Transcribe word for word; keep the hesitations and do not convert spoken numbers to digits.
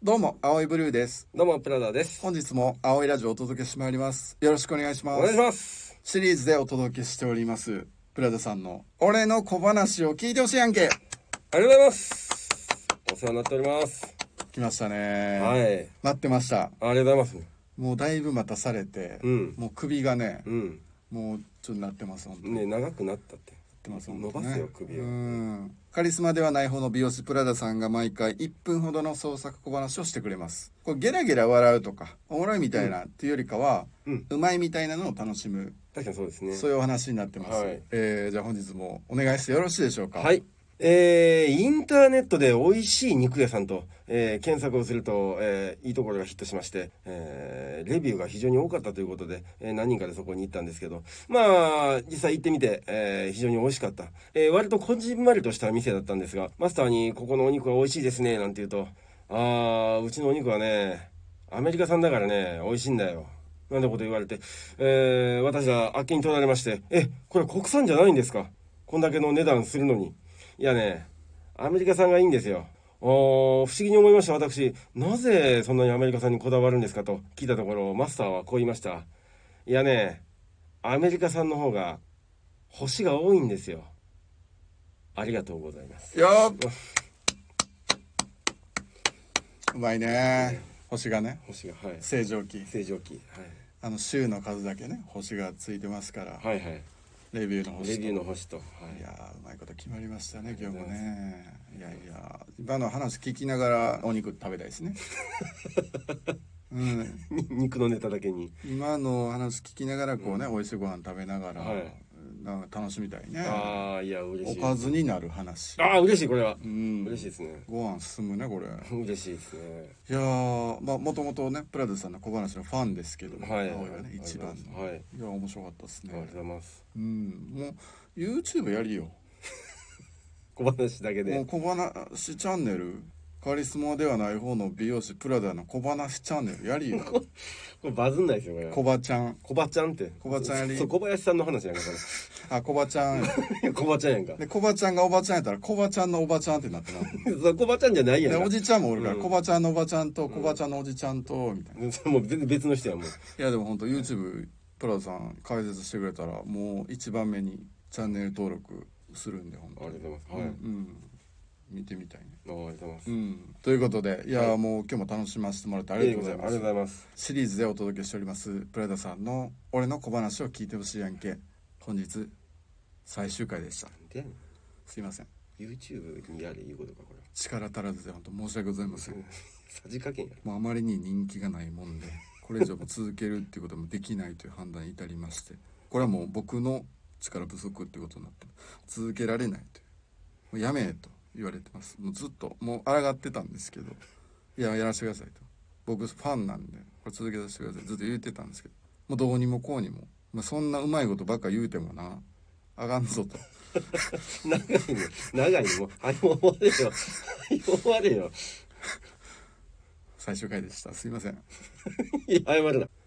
どうも、青いブルーです。 どうもプラダです。 本日も青いラジオをお届けしてまいります。よろしくお願いします。 お願いします。 シリーズでお届けしております、プラダさんの俺の小話を聞いてほしいやんけ。 ありがとうございます。お世話になっております。 来ましたね。 はい。 待ってました。 ありがとうございます。 もうだいぶ待たされて、 うん。 もう首がね、 うん。 もうちょっとなってます、本当に。 ね、長くなったって。 ってます伸ばすよ、首を。 うん。カリスマではない方の美容師プラダさんが毎回いっぷんほどの創作小話をしてくれます。これゲラゲラ笑うとかおもろいみたいなっていうよりかは、うん、うまいみたいなのを楽しむ、 確かにそうですね、 そういうお話になってます、はい。えー、じゃあ本日もお願いしてよろしいでしょうか。 はい。えー、インターネットで美味しい肉屋さんと、えー、検索をすると、えー、いいところがヒットしまして、えー、レビューが非常に多かったということで、えー、何人かでそこに行ったんですけど、まあ実際行ってみて、えー、非常に美味しかった、えー、割とこじんまりとした店だったんですが、マスターにここのお肉は美味しいですねなんて言うと、あー、うちのお肉はねアメリカ産だからね美味しいんだよなんてこと言われて、えー、私はあっけに取られまして、えこれ国産じゃないんですか、こんだけの値段するのに。いやね、アメリカ産がいいんですよ。お不思議に思いました。私、なぜそんなにアメリカ産にこだわるんですかと聞いたところ、マスターはこう言いました。いやね、アメリカ産の方が星が多いんですよ。ありがとうございます。 よっうまいね。星がね、 星が、はい、 正常期正常期、はい、 あの週の数だけね星がついてますから、 はいはい、 レビューの星と、 レビューの星と、はい、いやうまいこと決まりましたね今日もね。いやいや今の話聞きながらお肉食べたいですねうん、 肉のネタだけに今の話聞きながらこうね、うん、美味しいご飯食べながら、はい、なんか楽しみたいね。 ああ、いや嬉しい。 おかずになる話。 ああ嬉しい、これは、うん、嬉しいですね。 ご飯進むねこれ嬉しいですね。 いやー、まあもともとねプラダさんの小話のファンですけども、 はい、 青いはね一番の、はい、いや面白かったですね。 ありがとうございます。 うん、もう YouTube やりよ小話だけで。 もう小話チャンネル、カリスマではない方の美容師プラダの小話チャンネルやりよこれバズんないですよこれ。 小葉ちゃん、 小葉ちゃんって、 小葉ちゃんやり、 そう小林さんの話やんかこれあ小葉ちゃん小葉ちゃんやんか。 で小葉ちゃんがおばちゃんやったら小葉ちゃんのおばちゃんってなってなそう小葉ちゃんじゃないやんか。 でおじちゃんもおるから、うん、小葉ちゃんのおばちゃんと小葉ちゃんのおじちゃんとみたいな、 うん、もう全然別の人やもう。 いやでも本当 YouTube プラダさん解説してくれたらもう一番目にチャンネル登録するんで本当に。 ありがとうございます。はい、うん、 うん見てみたいね。 ありがとうございます、 うん、ということでいや、はい、もう今日も楽しませてもらってありがとうございます。 ありがとうございます。 シリーズでお届けしておりますプラダさんの俺の小話を聞いてほしいやんけ、本日最終回でした。すいません YouTube にやれいうことかこれ。 力足らずで本当申し訳ございませんさじ加減やもうあまりに人気がないもんでこれ以上も続けるっていうこともできないという判断に至りまして、これはもう僕の力不足っていうことになって続けられないという、もうやめと言われてます。もうずっともう抗ってたんですけど、いややらせてくださいと、僕ファンなんでこれ続けさせてくださいずっと言ってたんですけど、もうどうにもこうにも、まあ、そんなうまいことばっか言うてもなあかんぞと長いね長いねもうはい終われよはい終われよ最終回でした。すいませんいや謝るな。